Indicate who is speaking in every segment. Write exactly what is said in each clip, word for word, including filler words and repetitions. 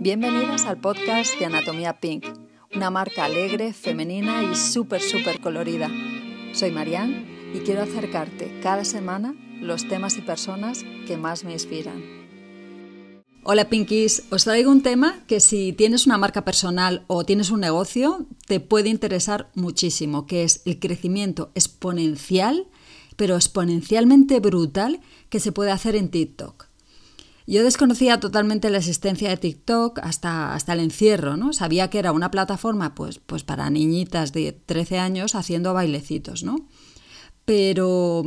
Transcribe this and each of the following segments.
Speaker 1: Bienvenidas al podcast de Anatomía Pink, una marca alegre, femenina y súper, súper colorida. Soy Marianne y quiero acercarte cada semana los temas y personas que más me inspiran. Hola Pinkies, os traigo un tema que si tienes una marca personal o tienes un negocio te puede interesar muchísimo, que es el crecimiento exponencial, pero exponencialmente brutal que se puede hacer en TikTok. Yo desconocía totalmente la existencia de TikTok hasta, hasta el encierro, ¿no? Sabía que era una plataforma pues, pues para niñitas de trece años haciendo bailecitos, ¿no? Pero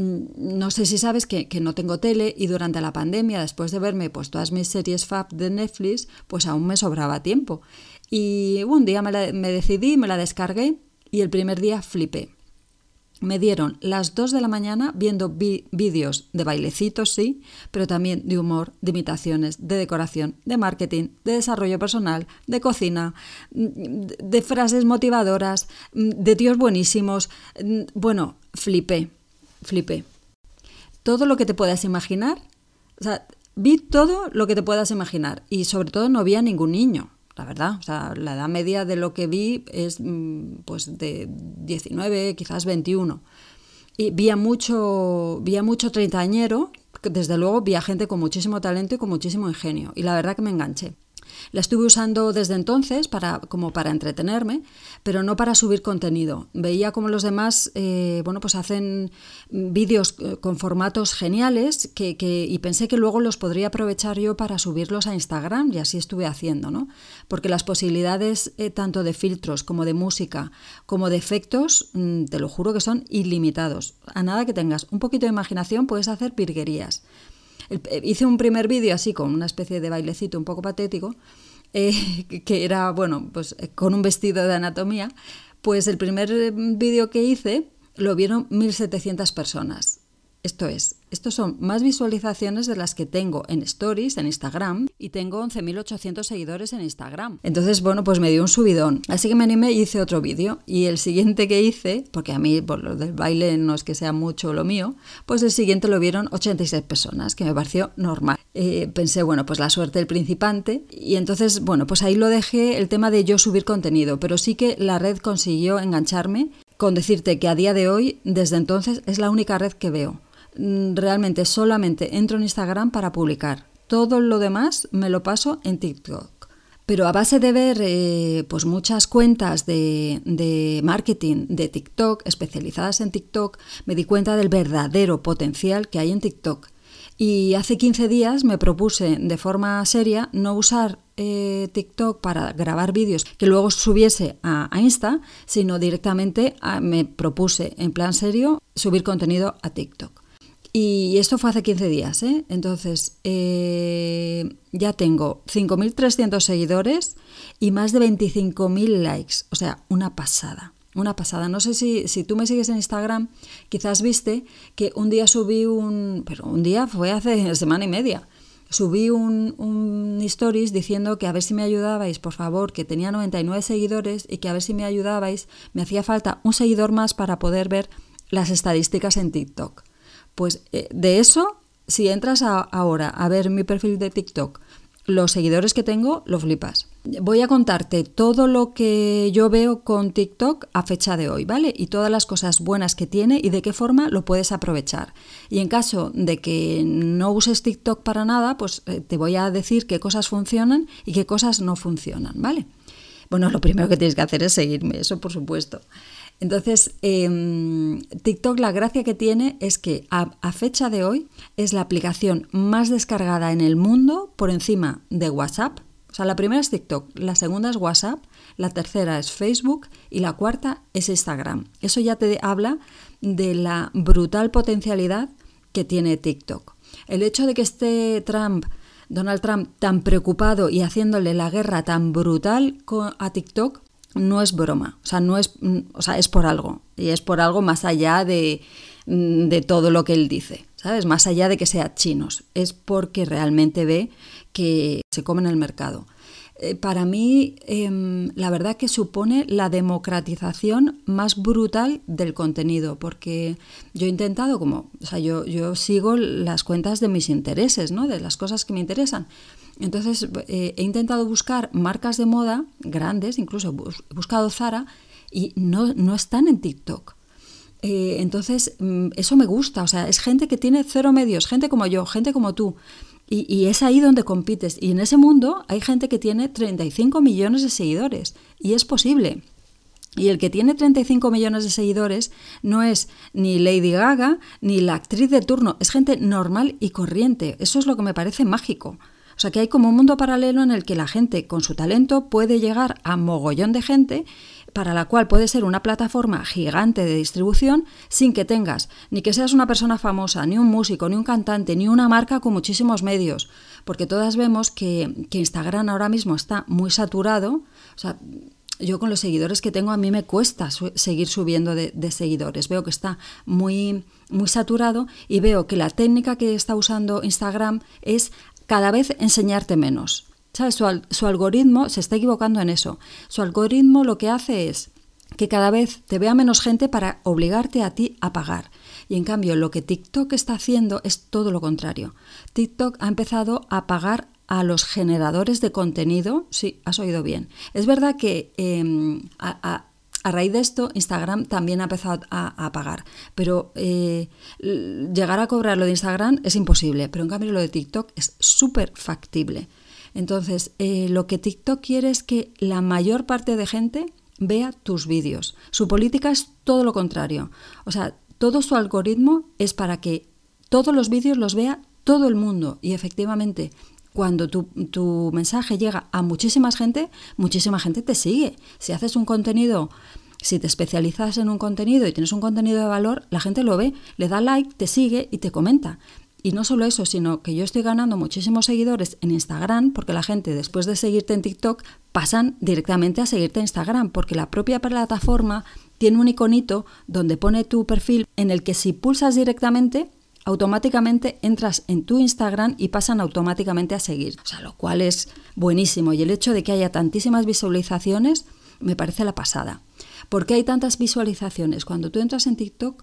Speaker 1: no sé si sabes que, que no tengo tele y durante la pandemia, después de verme pues, todas mis series fab de Netflix, pues aún me sobraba tiempo. Y un día me, la, me decidí, me la descargué y el primer día flipé. Me dieron las dos de la mañana viendo vi- vídeos de bailecitos, sí, pero también de humor, de imitaciones, de decoración, de marketing, de desarrollo personal, de cocina, de, de frases motivadoras, de tíos buenísimos. Bueno, flipé, flipé. Todo lo que te puedas imaginar, o sea, vi todo lo que te puedas imaginar y sobre todo no vi a ningún niño. La verdad, o sea, la edad media de lo que vi es pues de diecinueve, quizás veintiuno. Y vi a mucho, vi a mucho treintañero, desde luego vi a gente con muchísimo talento y con muchísimo ingenio. Y la verdad que me enganché. La estuve usando desde entonces para, como para entretenerme, pero no para subir contenido. Veía como los demás eh, bueno, pues hacen vídeos con formatos geniales que, que, y pensé que luego los podría aprovechar yo para subirlos a Instagram y así estuve haciendo, ¿no? Porque las posibilidades eh, tanto de filtros como de música como de efectos, mmm, te lo juro que son ilimitados. A nada que tengas un poquito de imaginación puedes hacer virguerías. Hice un primer vídeo así con una especie de bailecito un poco patético, eh, que era, bueno, pues con un vestido de anatomía. Pues el primer vídeo que hice lo vieron mil setecientas personas. Esto es, estos son más visualizaciones de las que tengo en Stories, en Instagram, y tengo once mil ochocientos seguidores en Instagram. Entonces, bueno, pues me dio un subidón. Así que me animé y hice otro vídeo. Y el siguiente que hice, porque a mí por lo del baile no es que sea mucho lo mío, pues el siguiente lo vieron ochenta y seis personas, que me pareció normal. Eh, pensé, bueno, pues la suerte del principiante. Y entonces, bueno, pues ahí lo dejé el tema de yo subir contenido. Pero sí que la red consiguió engancharme con decirte que a día de hoy, desde entonces, es la única red que veo. Realmente solamente entro en Instagram para publicar. Todo lo demás me lo paso en TikTok. Pero a base de ver eh, pues muchas cuentas de, de marketing de TikTok, especializadas en TikTok, me di cuenta del verdadero potencial que hay en TikTok. Y hace quince días me propuse de forma seria no usar eh, TikTok para grabar vídeos que luego subiese a, a Insta, sino directamente a, me propuse en plan serio subir contenido a TikTok. Y esto fue hace quince días, ¿eh? Entonces, eh, ya tengo cinco mil trescientos seguidores y más de veinticinco mil likes. O sea, una pasada, una pasada. No sé si, si tú me sigues en Instagram, quizás viste que un día subí un... Pero un día fue hace semana y media. Subí un, un stories diciendo que a ver si me ayudabais, por favor, que tenía noventa y nueve seguidores y que a ver si me ayudabais. Me hacía falta un seguidor más para poder ver las estadísticas en TikTok. Pues eh, de eso, si entras a, ahora a ver mi perfil de TikTok, los seguidores que tengo, lo flipas. Voy a contarte todo lo que yo veo con TikTok a fecha de hoy, ¿vale? Y todas las cosas buenas que tiene y de qué forma lo puedes aprovechar. Y en caso de que no uses TikTok para nada, pues eh, te voy a decir qué cosas funcionan y qué cosas no funcionan, ¿vale? Bueno, lo primero que tienes que hacer es seguirme, eso por supuesto. Entonces, eh, TikTok, la gracia que tiene es que a, a fecha de hoy es la aplicación más descargada en el mundo por encima de WhatsApp. O sea, la primera es TikTok, la segunda es WhatsApp, la tercera es Facebook y la cuarta es Instagram. Eso ya te habla de la brutal potencialidad que tiene TikTok. El hecho de que esté Trump, Donald Trump, tan preocupado y haciéndole la guerra tan brutal a TikTok, no es broma, o sea, no es, o sea, es por algo, y es por algo más allá de, de todo lo que él dice, ¿sabes? Más allá de que sea chinos, es porque realmente ve que se comen el mercado. Eh, para mí, eh, la verdad que supone la democratización más brutal del contenido, porque yo he intentado, como, o sea, yo, yo sigo las cuentas de mis intereses, ¿no? De las cosas que me interesan. Entonces eh, he intentado buscar marcas de moda grandes, incluso he buscado Zara y no, no están en TikTok. Eh, entonces eso me gusta, o sea, es gente que tiene cero medios, gente como yo, gente como tú. Y, y es ahí donde compites. Y en ese mundo hay gente que tiene treinta y cinco millones de seguidores. Y es posible. Y el que tiene treinta y cinco millones de seguidores no es ni Lady Gaga ni la actriz de turno. Es gente normal y corriente. Eso es lo que me parece mágico. O sea, que hay como un mundo paralelo en el que la gente con su talento puede llegar a mogollón de gente, para la cual puede ser una plataforma gigante de distribución sin que tengas ni que seas una persona famosa, ni un músico, ni un cantante, ni una marca con muchísimos medios. Porque todas vemos que, que Instagram ahora mismo está muy saturado. O sea, yo con los seguidores que tengo a mí me cuesta su- seguir subiendo de, de seguidores. Veo que está muy, muy saturado y veo que la técnica que está usando Instagram es cada vez enseñarte menos. ¿Sabes? Su, al, su algoritmo se está equivocando en eso. Su algoritmo lo que hace es que cada vez te vea menos gente para obligarte a ti a pagar. Y en cambio lo que TikTok está haciendo es todo lo contrario. TikTok ha empezado a pagar a los generadores de contenido. Sí, has oído bien. Es verdad que eh, a, a, a raíz de esto Instagram también ha empezado a, a pagar, pero eh, llegar a cobrar lo de Instagram es imposible, pero en cambio lo de TikTok es súper factible. Entonces, eh, lo que TikTok quiere es que la mayor parte de gente vea tus vídeos. Su política es todo lo contrario. O sea, todo su algoritmo es para que todos los vídeos los vea todo el mundo. Y efectivamente, cuando tu, tu mensaje llega a muchísima gente, muchísima gente te sigue. Si haces un contenido, si te especializas en un contenido y tienes un contenido de valor, la gente lo ve, le da like, te sigue y te comenta. Y no solo eso, sino que yo estoy ganando muchísimos seguidores en Instagram porque la gente después de seguirte en TikTok pasan directamente a seguirte en Instagram porque la propia plataforma tiene un iconito donde pone tu perfil en el que si pulsas directamente, automáticamente entras en tu Instagram y pasan automáticamente a seguir. O sea, lo cual es buenísimo. Y el hecho de que haya tantísimas visualizaciones me parece la pasada. ¿Por qué hay tantas visualizaciones? Cuando tú entras en TikTok,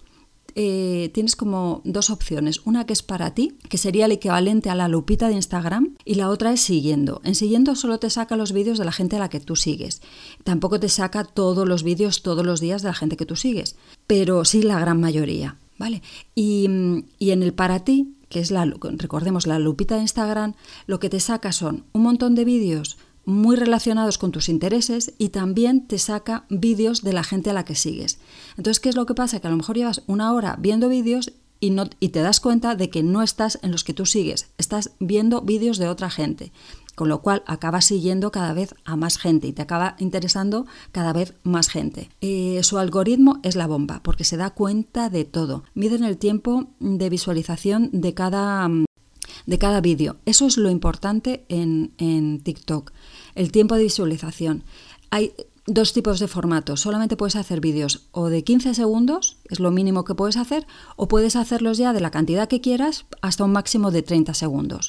Speaker 1: Eh, tienes como dos opciones, una que es para ti, que sería el equivalente a la lupita de Instagram, y la otra es siguiendo. En siguiendo solo te saca los vídeos de la gente a la que tú sigues, tampoco te saca todos los vídeos todos los días de la gente que tú sigues, pero sí la gran mayoría, ¿vale? Y, y en el para ti, que es la, recordemos, la lupita de Instagram, lo que te saca son un montón de vídeos muy relacionados con tus intereses y también te saca vídeos de la gente a la que sigues. Entonces, ¿qué es lo que pasa? Que a lo mejor llevas una hora viendo vídeos y, no, y te das cuenta de que no estás en los que tú sigues, estás viendo vídeos de otra gente, con lo cual acabas siguiendo cada vez a más gente y te acaba interesando cada vez más gente. Eh, su algoritmo es la bomba porque se da cuenta de todo. Miden el tiempo de visualización de cada... de cada vídeo. Eso es lo importante en, en TikTok, el tiempo de visualización. Hay dos tipos de formatos. Solamente puedes hacer vídeos o de quince segundos, es lo mínimo que puedes hacer, o puedes hacerlos ya de la cantidad que quieras hasta un máximo de treinta segundos.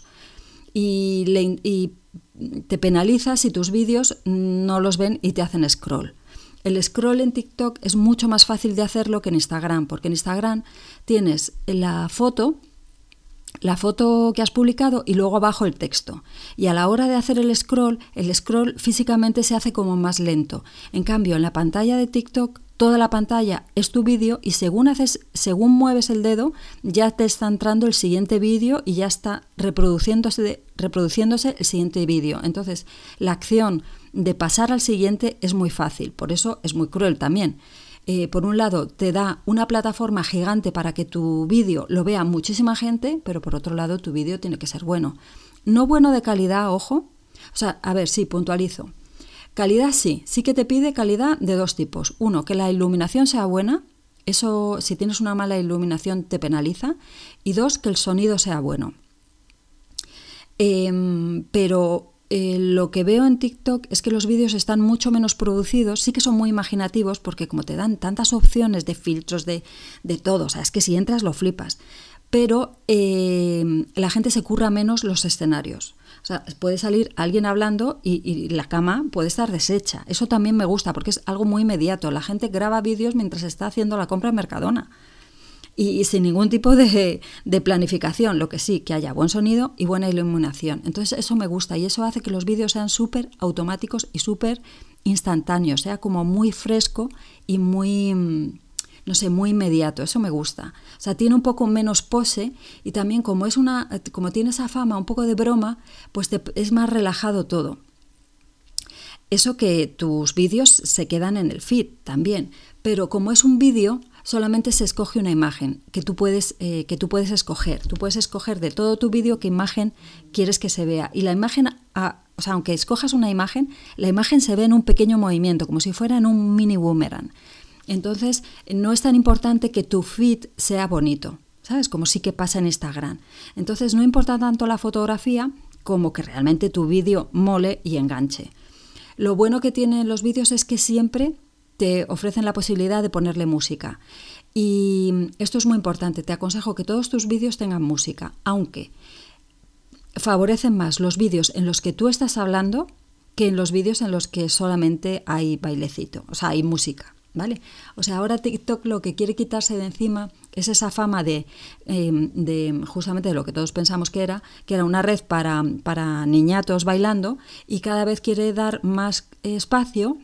Speaker 1: Y, le, y te penaliza si tus vídeos no los ven y te hacen scroll. El scroll en TikTok es mucho más fácil de hacerlo que en Instagram, porque en Instagram tienes la foto la foto que has publicado y luego abajo el texto. Y a la hora de hacer el scroll, el scroll físicamente se hace como más lento. En cambio, en la pantalla de TikTok, toda la pantalla es tu vídeo y según haces, según mueves el dedo, ya te está entrando el siguiente vídeo y ya está reproduciéndose, reproduciéndose el siguiente vídeo. Entonces, la acción de pasar al siguiente es muy fácil, por eso es muy cruel también. Eh, por un lado te da una plataforma gigante para que tu vídeo lo vea muchísima gente, pero por otro lado tu vídeo tiene que ser bueno. No bueno de calidad, ojo. O sea, a ver, sí, puntualizo. Calidad sí, sí que te pide calidad de dos tipos. Uno, que la iluminación sea buena. Eso, si tienes una mala iluminación, te penaliza. Y dos, que el sonido sea bueno. Eh, pero... Eh, lo que veo en TikTok es que los vídeos están mucho menos producidos, sí que son muy imaginativos porque como te dan tantas opciones de filtros, de, de todo, o sea, es que si entras lo flipas, pero eh, la gente se curra menos los escenarios. O sea, puede salir alguien hablando y, y la cama puede estar deshecha. Eso también me gusta porque es algo muy inmediato. La gente graba vídeos mientras está haciendo la compra en Mercadona. y, y sin ningún tipo de, de planificación, lo que sí, que haya buen sonido y buena iluminación. Entonces eso me gusta y eso hace que los vídeos sean súper automáticos y súper instantáneos, sea como muy fresco y muy, no sé, muy inmediato. Eso me gusta. O sea, tiene un poco menos pose y también como es una, como tiene esa fama un poco de broma, pues te, es más relajado todo. Eso que tus vídeos se quedan en el feed también, pero como es un vídeo, solamente se escoge una imagen que tú puedes, eh, que tú puedes escoger. Tú puedes escoger de todo tu vídeo qué imagen quieres que se vea. Y la imagen, a, o sea, aunque escojas una imagen, la imagen se ve en un pequeño movimiento, como si fuera en un mini boomerang. Entonces, no es tan importante que tu feed sea bonito, ¿sabes? Como sí que pasa en Instagram. Entonces, no importa tanto la fotografía como que realmente tu vídeo mole y enganche. Lo bueno que tienen los vídeos es que siempre te ofrecen la posibilidad de ponerle música. Y esto es muy importante. Te aconsejo que todos tus vídeos tengan música, aunque favorecen más los vídeos en los que tú estás hablando que en los vídeos en los que solamente hay bailecito, o sea, hay música. ¿Vale? O sea, ahora TikTok lo que quiere quitarse de encima es esa fama de, eh, de justamente de lo que todos pensamos que era, que era una red para, para niñatos bailando y cada vez quiere dar más espacio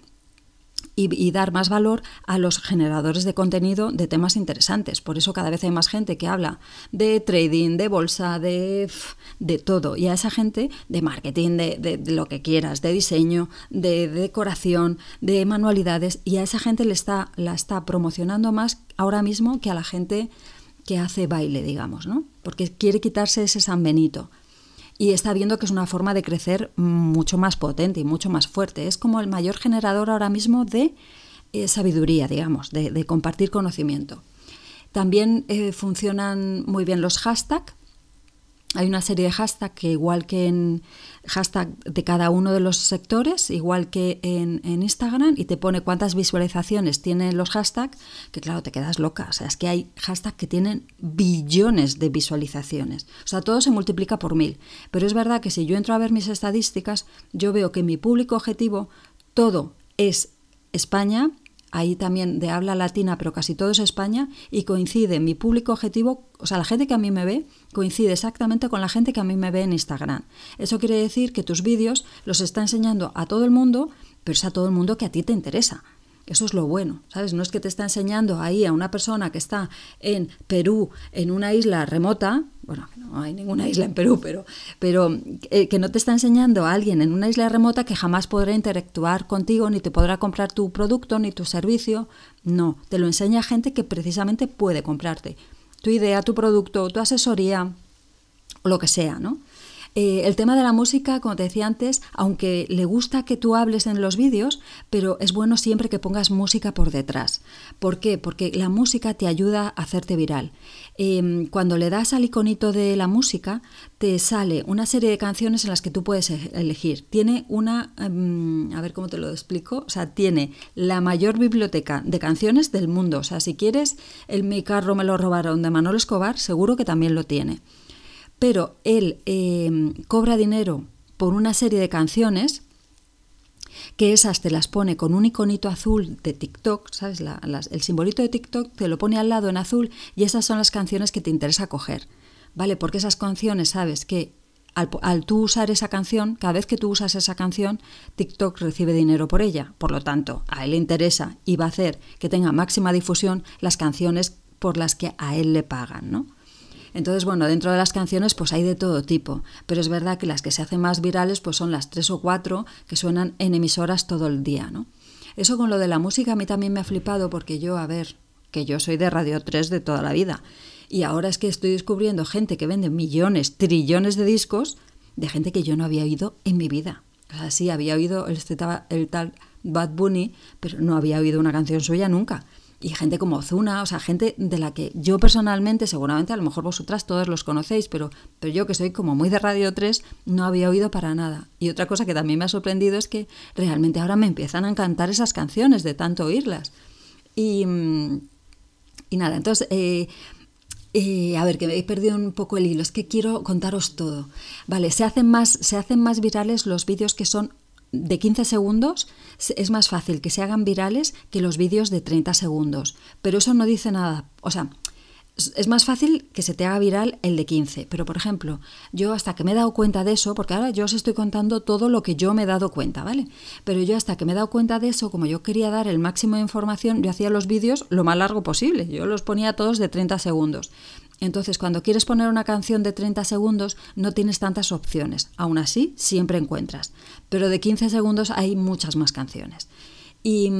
Speaker 1: y, y dar más valor a los generadores de contenido de temas interesantes. Por eso cada vez hay más gente que habla de trading, de bolsa, de, de todo. Y a esa gente de marketing, de, de, de lo que quieras, de diseño, de, de decoración, de manualidades. Y a esa gente le está, la está promocionando más ahora mismo que a la gente que hace baile, digamos, ¿no? Porque quiere quitarse ese San Benito. Y está viendo que es una forma de crecer mucho más potente y mucho más fuerte. Es como el mayor generador ahora mismo de eh, sabiduría, digamos, de, de compartir conocimiento. También eh, funcionan muy bien los hashtags. Hay una serie de hashtags que igual que en hashtag de cada uno de los sectores, igual que en, en Instagram, y te pone cuántas visualizaciones tienen los hashtags, que claro, te quedas loca. O sea, es que hay hashtags que tienen billones de visualizaciones. O sea, todo se multiplica por mil. Pero es verdad que si yo entro a ver mis estadísticas, yo veo que mi público objetivo, todo es España. Ahí también de habla latina, pero casi todo es España, y coincide mi público objetivo, o sea, la gente que a mí me ve, coincide exactamente con la gente que a mí me ve en Instagram. Eso quiere decir que tus vídeos los está enseñando a todo el mundo, pero es a todo el mundo que a ti te interesa. Eso es lo bueno, ¿sabes? No es que te está enseñando ahí a una persona que está en Perú, en una isla remota, bueno, no hay ninguna isla en Perú, pero, pero eh, que no te está enseñando a alguien en una isla remota que jamás podrá interactuar contigo, ni te podrá comprar tu producto, ni tu servicio. No, te lo enseña gente que precisamente puede comprarte tu idea, tu producto, tu asesoría, o lo que sea, ¿no? Eh, el tema de la música, como te decía antes, aunque le gusta que tú hables en los vídeos, pero es bueno siempre que pongas música por detrás. ¿Por qué? Porque la música te ayuda a hacerte viral. Eh, cuando le das al iconito de la música, te sale una serie de canciones en las que tú puedes elegir. Tiene una, um, a ver cómo te lo explico, o sea, tiene la mayor biblioteca de canciones del mundo. O sea, si quieres el Mi carro me lo robaron de Manolo Escobar, seguro que también lo tiene. Pero él eh, cobra dinero por una serie de canciones que esas te las pone con un iconito azul de TikTok, ¿sabes? La, las, el simbolito de TikTok te lo pone al lado en azul y esas son las canciones que te interesa coger, ¿vale? Porque esas canciones, sabes que al, al tú usar esa canción, cada vez que tú usas esa canción, TikTok recibe dinero por ella. Por lo tanto, a él le interesa y va a hacer que tenga máxima difusión las canciones por las que a él le pagan, ¿no? Entonces, bueno, dentro de las canciones pues hay de todo tipo, pero es verdad que las que se hacen más virales pues son las tres o cuatro que suenan en emisoras todo el día, ¿no? Eso con lo de la música a mí también me ha flipado porque yo, a ver, que yo soy de Radio tres de toda la vida y ahora es que estoy descubriendo gente que vende millones, trillones de discos de gente que yo no había oído en mi vida. O sea, sí, había oído el, el tal Bad Bunny, pero no había oído una canción suya nunca. Y gente como Ozuna, o sea, gente de la que yo personalmente, seguramente a lo mejor vosotras todos los conocéis, pero, pero yo que soy como muy de Radio tres, no había oído para nada. Y otra cosa que también me ha sorprendido es que realmente ahora me empiezan a encantar esas canciones de tanto oírlas. Y, y nada, entonces, eh, eh, a ver, que me he perdido un poco el hilo, es que quiero contaros todo. Vale, se hacen más, se hacen más virales los vídeos que son de quince segundos, es más fácil que se hagan virales que los vídeos de treinta segundos, pero eso no dice nada, o sea,
Speaker 2: es más fácil que se te haga viral el de quince. Pero, por ejemplo, yo hasta que me he dado cuenta de eso, porque ahora yo os estoy contando todo lo que yo me he dado cuenta, ¿vale? Pero yo hasta que me he dado cuenta de eso, como yo quería dar el máximo de información, yo hacía los vídeos lo más largo posible. Yo los ponía todos de treinta segundos. Entonces, cuando quieres poner una canción de treinta segundos, no tienes tantas opciones. Aún así, siempre encuentras. Pero de quince segundos hay muchas más canciones. Y...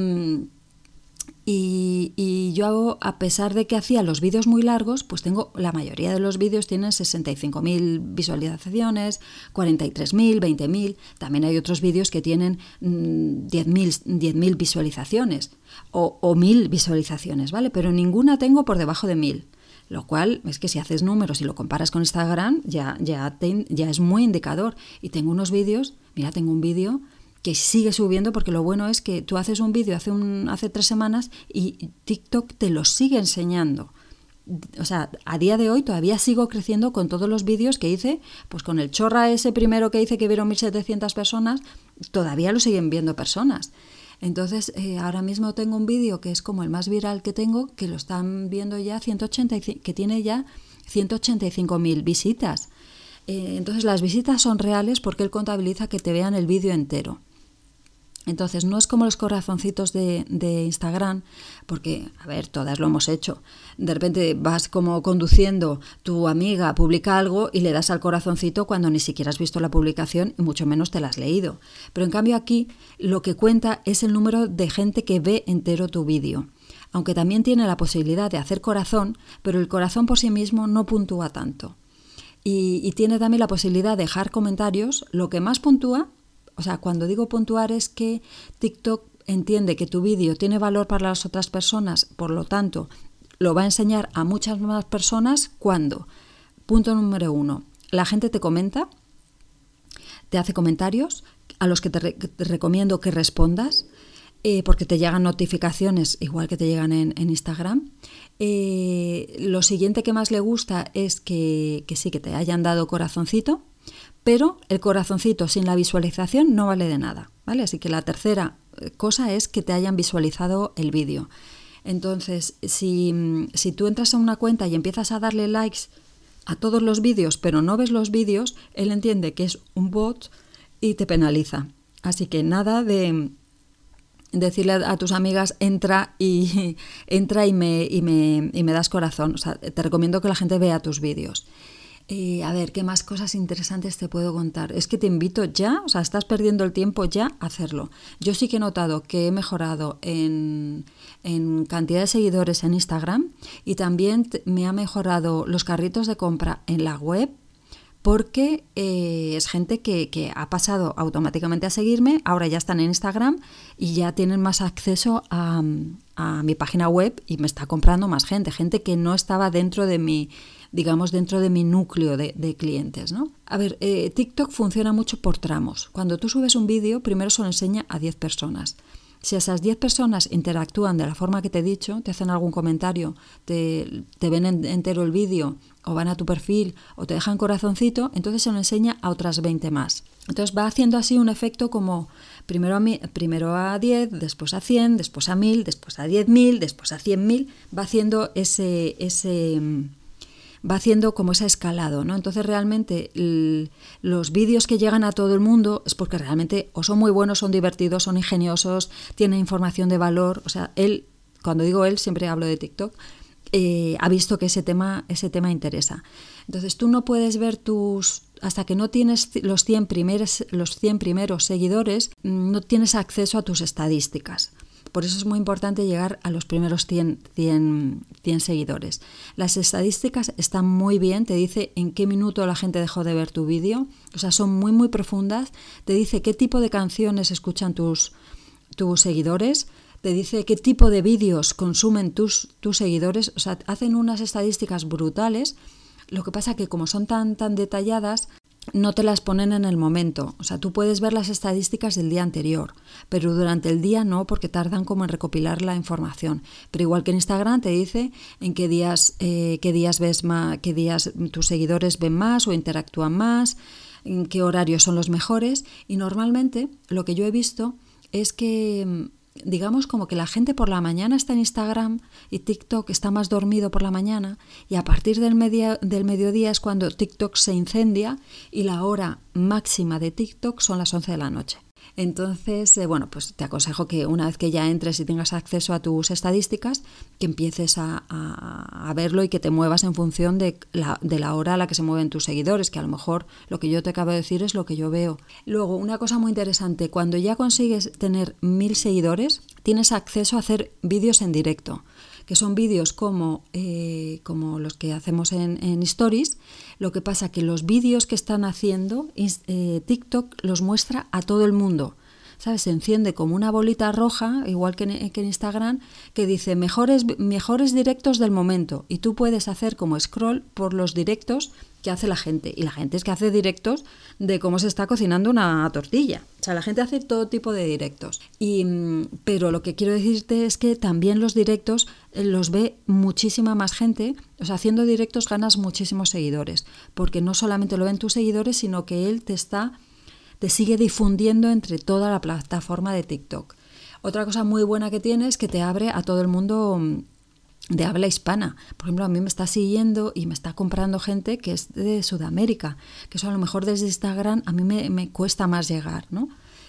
Speaker 2: Y, y yo hago, a pesar de que hacía los vídeos muy largos, pues tengo, la mayoría de los vídeos tienen sesenta y cinco mil visualizaciones, cuarenta y tres mil, veinte mil. También hay otros vídeos que tienen mmm, diez mil visualizaciones o, o mil visualizaciones, ¿vale? Pero ninguna tengo por debajo de mil. Lo cual es que si haces números y lo comparas con Instagram, ya, ya, te, ya es muy indicador. Y tengo unos vídeos, mira, tengo un vídeo que sigue subiendo, porque lo bueno es que tú haces un vídeo hace, un, hace tres semanas y TikTok te lo sigue enseñando. O sea, a día de hoy todavía sigo creciendo con todos los vídeos que hice, pues con el chorra ese primero que hice que vieron mil setecientas personas, todavía lo siguen viendo personas. Entonces, eh, ahora mismo tengo un vídeo que es como el más viral que tengo, que lo están viendo ya ciento ochenta y cinco, que tiene ya ciento ochenta y cinco mil visitas. Eh, entonces, las visitas son reales porque él contabiliza que te vean el vídeo entero. Entonces, no es como los corazoncitos de, de Instagram, porque, a ver, todas lo hemos hecho. De repente vas como conduciendo, tu amiga publica algo y le das al corazoncito cuando ni siquiera has visto la publicación y mucho menos te la has leído. Pero en cambio aquí lo que cuenta es el número de gente que ve entero tu vídeo. Aunque también tiene la posibilidad de hacer corazón, pero el corazón por sí mismo no puntúa tanto. Y, y tiene también la posibilidad de dejar comentarios. Lo que más puntúa, o sea, cuando digo puntuar es que TikTok entiende que tu vídeo tiene valor para las otras personas, por lo tanto, lo va a enseñar a muchas más personas cuando, punto número uno, la gente te comenta, te hace comentarios a los que te, re- te recomiendo que respondas, eh, porque te llegan notificaciones igual que te llegan en, en Instagram. Eh, lo siguiente que más le gusta es que, que sí, que te hayan dado corazoncito, pero el corazoncito sin la visualización no vale de nada, ¿vale? Así que la tercera cosa es que te hayan visualizado el vídeo. Entonces, si, si tú entras a una cuenta y empiezas a darle likes a todos los vídeos, pero no ves los vídeos, él entiende que es un bot y te penaliza. Así que nada de decirle a tus amigas, entra y entra y me, y me, y me das corazón. O sea, te recomiendo que la gente vea tus vídeos. Eh, a ver, ¿qué más cosas interesantes te puedo contar? Es que te invito ya, o sea, estás perdiendo el tiempo ya a hacerlo. Yo sí que he notado que he mejorado en, en cantidad de seguidores en Instagram y también me ha mejorado los carritos de compra en la web, porque eh, es gente que, que ha pasado automáticamente a seguirme, ahora ya están en Instagram y ya tienen más acceso a, a mi página web y me está comprando más gente, gente que no estaba dentro de mi, digamos, dentro de mi núcleo de, de clientes, ¿no? A ver, eh, TikTok funciona mucho por tramos. Cuando tú subes un vídeo, primero se lo enseña a diez personas. Si esas diez personas interactúan de la forma que te he dicho, te hacen algún comentario, te, te ven en, entero el vídeo o van a tu perfil o te dejan corazoncito, entonces se lo enseña a otras veinte más. Entonces va haciendo así un efecto como primero a, mi, primero a diez, después a cien, después a mil, después a diez mil, después a cien mil, va haciendo ese... ese va haciendo como ese escalado, ¿no? Entonces realmente el, los vídeos que llegan a todo el mundo es porque realmente o son muy buenos, son divertidos, son ingeniosos, tienen información de valor. O sea, él, cuando digo él, siempre hablo de TikTok, eh, ha visto que ese tema, ese tema interesa. Entonces tú no puedes ver tus... Hasta que no tienes los cien primeros, los cien primeros seguidores, no tienes acceso a tus estadísticas. Por eso es muy importante llegar a los primeros cien, cien, cien seguidores. Las estadísticas están muy bien, te dice en qué minuto la gente dejó de ver tu vídeo, o sea, son muy muy profundas, te dice qué tipo de canciones escuchan tus, tus seguidores, te dice qué tipo de vídeos consumen tus, tus seguidores, o sea, hacen unas estadísticas brutales. Lo que pasa que como son tan, tan detalladas, no te las ponen en el momento. O sea, tú puedes ver las estadísticas del día anterior, pero durante el día no, porque tardan como en recopilar la información. Pero igual que en Instagram te dice en qué días, eh, qué días ves más, qué días tus seguidores ven más o interactúan más, en qué horarios son los mejores. Y normalmente lo que yo he visto es que digamos como que la gente por la mañana está en Instagram y TikTok está más dormido por la mañana, y a partir del, media, del mediodía es cuando TikTok se incendia y la hora máxima de TikTok son las once de la noche. Entonces, eh, bueno, pues te aconsejo que una vez que ya entres y tengas acceso a tus estadísticas, que empieces a, a, a verlo y que te muevas en función de la, de la hora a la que se mueven tus seguidores, que a lo mejor lo que yo te acabo de decir es lo que yo veo. Luego, una cosa muy interesante, cuando ya consigues tener mil seguidores, tienes acceso a hacer vídeos en directo, que son vídeos como, eh, como los que hacemos en, en Stories. Lo que pasa que los vídeos que están haciendo, eh, TikTok los muestra a todo el mundo. ¿Sabes? Se enciende como una bolita roja, igual que en, que en Instagram, que dice mejores, mejores directos del momento. Y tú puedes hacer como scroll por los directos que hace la gente. Y la gente es que hace directos de cómo se está cocinando una tortilla. O sea, la gente hace todo tipo de directos. Y, pero lo que quiero decirte es que también los directos los ve muchísima más gente. O sea, haciendo directos ganas muchísimos seguidores. Porque no solamente lo ven tus seguidores, sino que él te está... te sigue difundiendo entre toda la plataforma de TikTok. Otra cosa muy buena que tiene es que te abre a todo el mundo de habla hispana. Por ejemplo, a mí me está siguiendo y me está comprando gente que es de Sudamérica, que eso a lo mejor desde Instagram a mí me, me cuesta más llegar, ¿no?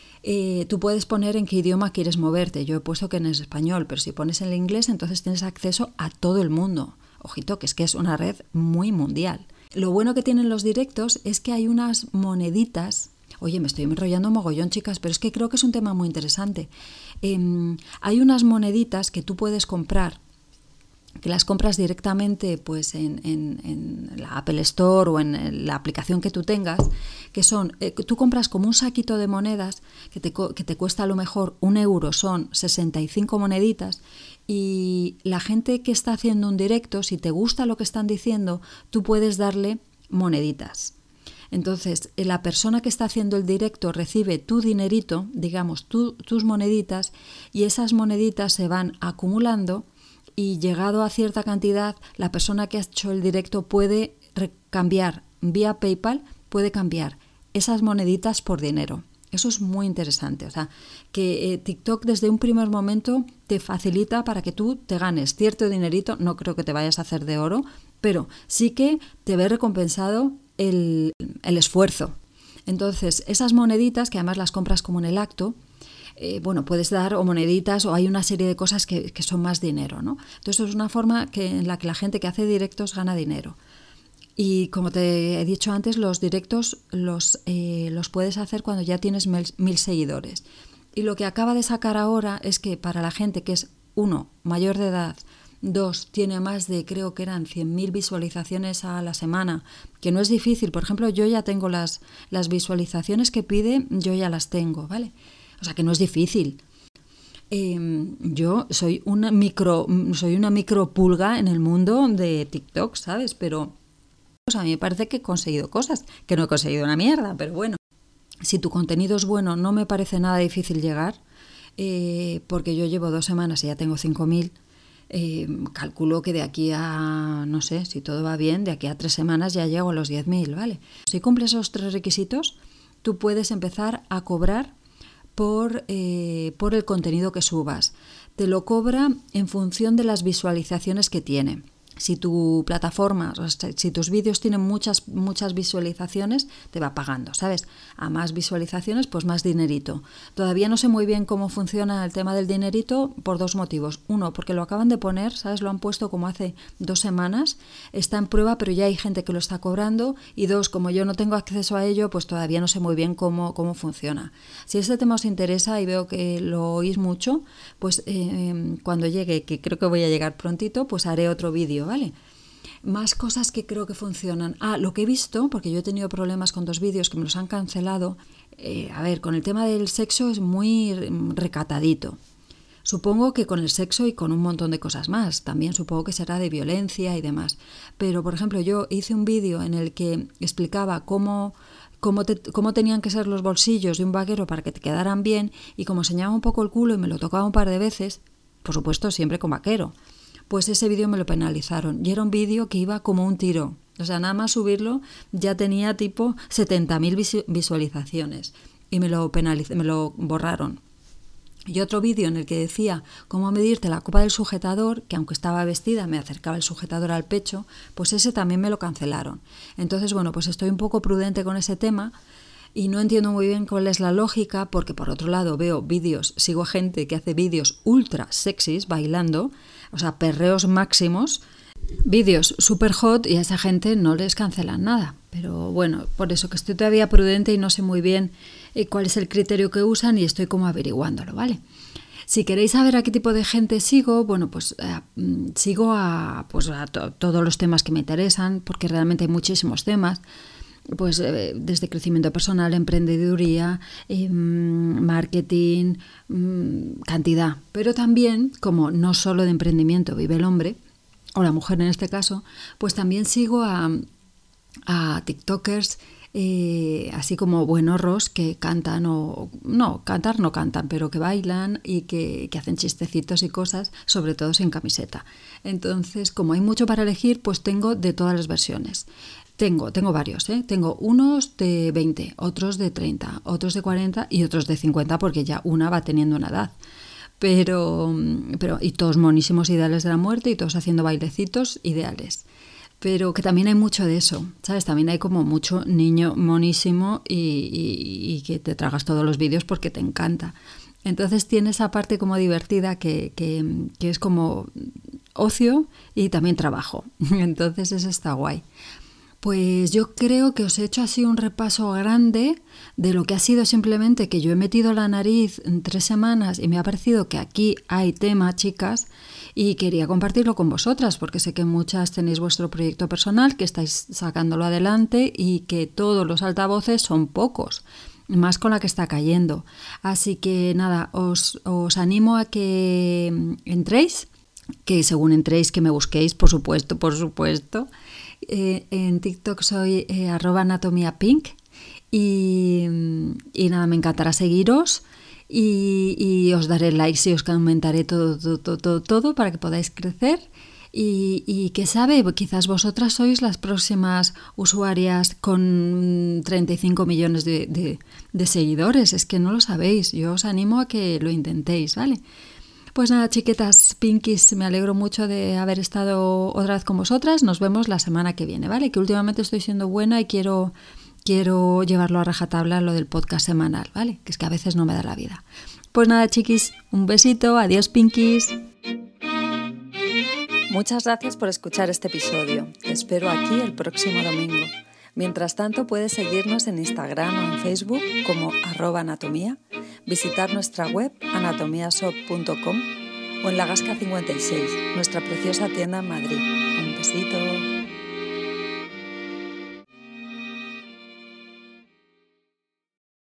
Speaker 2: Eh, tú puedes poner en qué idioma quieres moverte. Yo he puesto que en español, pero si pones en el inglés, entonces tienes acceso a todo el mundo. Ojito, que es que es una red muy mundial. Lo bueno que tienen los directos es que hay unas moneditas. Oye, me estoy enrollando mogollón, chicas, pero es que creo que es un tema muy interesante. Eh, hay unas moneditas que tú puedes comprar, que las compras directamente pues, en, en, en la Apple Store o en la aplicación que tú tengas, que son, eh, tú compras como un saquito de monedas que te, que te cuesta a lo mejor un euro, son sesenta y cinco moneditas, y la gente que está haciendo un directo, si te gusta lo que están diciendo, tú puedes darle moneditas. Entonces, la persona que está haciendo el directo recibe tu dinerito, digamos, tu, tus moneditas, y esas moneditas se van acumulando y llegado a cierta cantidad, la persona que ha hecho el directo puede cambiar vía PayPal, puede cambiar esas moneditas por dinero. Eso es muy interesante. O sea, que eh, TikTok desde un primer momento te facilita para que tú te ganes cierto dinerito. No creo que te vayas a hacer de oro, pero sí que te ve recompensado El, el esfuerzo. Entonces, esas moneditas, que además las compras como en el acto, eh, bueno, puedes dar o moneditas o hay una serie de cosas que, que son más dinero, ¿no? Entonces, es una forma que, en la que la gente que hace directos gana dinero. Y como te he dicho antes, los directos los, eh, los puedes hacer cuando ya tienes mil, mil seguidores. Y lo que acaba de sacar ahora es que para la gente que es, uno, mayor de edad, dos, tiene más de, creo que eran cien mil visualizaciones a la semana, que no es difícil. Por ejemplo, yo ya tengo las, las visualizaciones que pide, yo ya las tengo, ¿vale? O sea, que no es difícil. Eh, yo soy una micro, soy una micro pulga en el mundo de TikTok, ¿sabes? Pero pues a mí me parece que he conseguido cosas, que no he conseguido una mierda, pero bueno. Si tu contenido es bueno, no me parece nada difícil llegar, eh, porque yo llevo dos semanas y ya tengo cinco mil. Eh, calculo que de aquí a, no sé, si todo va bien, de aquí a tres semanas ya llego a los diez mil, ¿vale? Si cumples esos tres requisitos, tú puedes empezar a cobrar por, eh, por el contenido que subas. Te lo cobra en función de las visualizaciones que tiene. Si tu plataforma, o sea, si tus vídeos tienen muchas, muchas visualizaciones, te va pagando, ¿sabes? A más visualizaciones, pues más dinerito. Todavía no sé muy bien cómo funciona el tema del dinerito por dos motivos. Uno, porque lo acaban de poner, ¿sabes? Lo han puesto como hace dos semanas. Está en prueba, pero ya hay gente que lo está cobrando. Y dos, como yo no tengo acceso a ello, pues todavía no sé muy bien cómo, cómo funciona. Si este tema os interesa y veo que lo oís mucho, pues eh, cuando llegue, que creo que voy a llegar prontito, pues haré otro vídeo, ¿vale? Más cosas que creo que funcionan. Ah, lo que he visto, porque yo he tenido problemas con dos vídeos que me los han cancelado. Eh, a ver, con el tema del sexo es muy recatadito. Supongo que con el sexo y con un montón de cosas más. También supongo que será de violencia y demás. Pero, por ejemplo, yo hice un vídeo en el que explicaba cómo, cómo, te, cómo tenían que ser los bolsillos de un vaquero para que te quedaran bien, y como enseñaba un poco el culo y me lo tocaba un par de veces, por supuesto siempre con vaquero. Pues ese vídeo me lo penalizaron. Y era un vídeo que iba como un tiro. O sea, nada más subirlo ya tenía tipo setenta mil visualizaciones. Y me lo penaliz- me lo borraron. Y otro vídeo en el que decía cómo medirte la copa del sujetador, que aunque estaba vestida me acercaba el sujetador al pecho, pues ese también me lo cancelaron. Entonces, bueno, pues estoy un poco prudente con ese tema y no entiendo muy bien cuál es la lógica, porque por otro lado veo vídeos, sigo gente que hace vídeos ultra sexys bailando, o sea, perreos máximos, vídeos super hot, y a esa gente no les cancelan nada. Pero bueno, por eso que estoy todavía prudente y no sé muy bien eh, cuál es el criterio que usan y estoy como averiguándolo, ¿vale? Si queréis saber a qué tipo de gente sigo, bueno, pues eh, sigo a, pues a to- todos los temas que me interesan, porque realmente hay muchísimos temas, pues eh, desde crecimiento personal, emprendeduría, eh, marketing, mm, cantidad. Pero también, como no solo de emprendimiento vive el hombre, o la mujer en este caso, pues también sigo a, a TikTokers, eh, así como buenorros que cantan o no, cantar no cantan, pero que bailan y que, que hacen chistecitos y cosas, sobre todo sin camiseta. Entonces, como hay mucho para elegir, pues tengo de todas las versiones. Tengo, tengo varios, ¿eh? Tengo unos de veinte, otros de treinta, otros de cuarenta y otros de cincuenta, porque ya una va teniendo una edad. Pero, pero, y todos monísimos ideales de la muerte y todos haciendo bailecitos ideales. Pero que también hay mucho de eso, ¿sabes? También hay como mucho niño monísimo y, y, y que te tragas todos los vídeos porque te encanta. Entonces tiene esa parte como divertida que, que, que es como ocio y también trabajo. Entonces eso está guay. Pues yo creo que os he hecho así un repaso grande de lo que ha sido simplemente que yo he metido la nariz en tres semanas y me ha parecido que aquí hay tema, chicas, y quería compartirlo con vosotras porque sé que muchas tenéis vuestro proyecto personal, que estáis sacándolo adelante y que todos los altavoces son pocos, más con la que está cayendo. Así que nada, os, os animo a que entréis, que según entréis que me busquéis, por supuesto, por supuesto. Eh, en TikTok soy eh, arroba anatomiapink y, y nada, me encantará seguiros y, y os daré likes y os comentaré todo, todo, todo, todo, todo para que podáis crecer y, y que sabe, quizás vosotras sois las próximas usuarias con treinta y cinco millones de, de, de seguidores, es que no lo sabéis, yo os animo a que lo intentéis, ¿vale? Pues nada, chiquetas, pinkies, me alegro mucho de haber estado otra vez con vosotras. Nos vemos la semana que viene, ¿vale? Que últimamente estoy siendo buena y quiero, quiero llevarlo a rajatabla lo del podcast semanal, ¿vale? Que es que a veces no me da la vida. Pues nada, chiquis, un besito, adiós, pinkies.
Speaker 1: Muchas gracias por escuchar este episodio. Te espero aquí el próximo domingo. Mientras tanto, puedes seguirnos en Instagram o en Facebook como arroba anatomía, visitar nuestra web anatomiashop punto com o en La Gasca cincuenta y seis, nuestra preciosa tienda en Madrid. Un besito.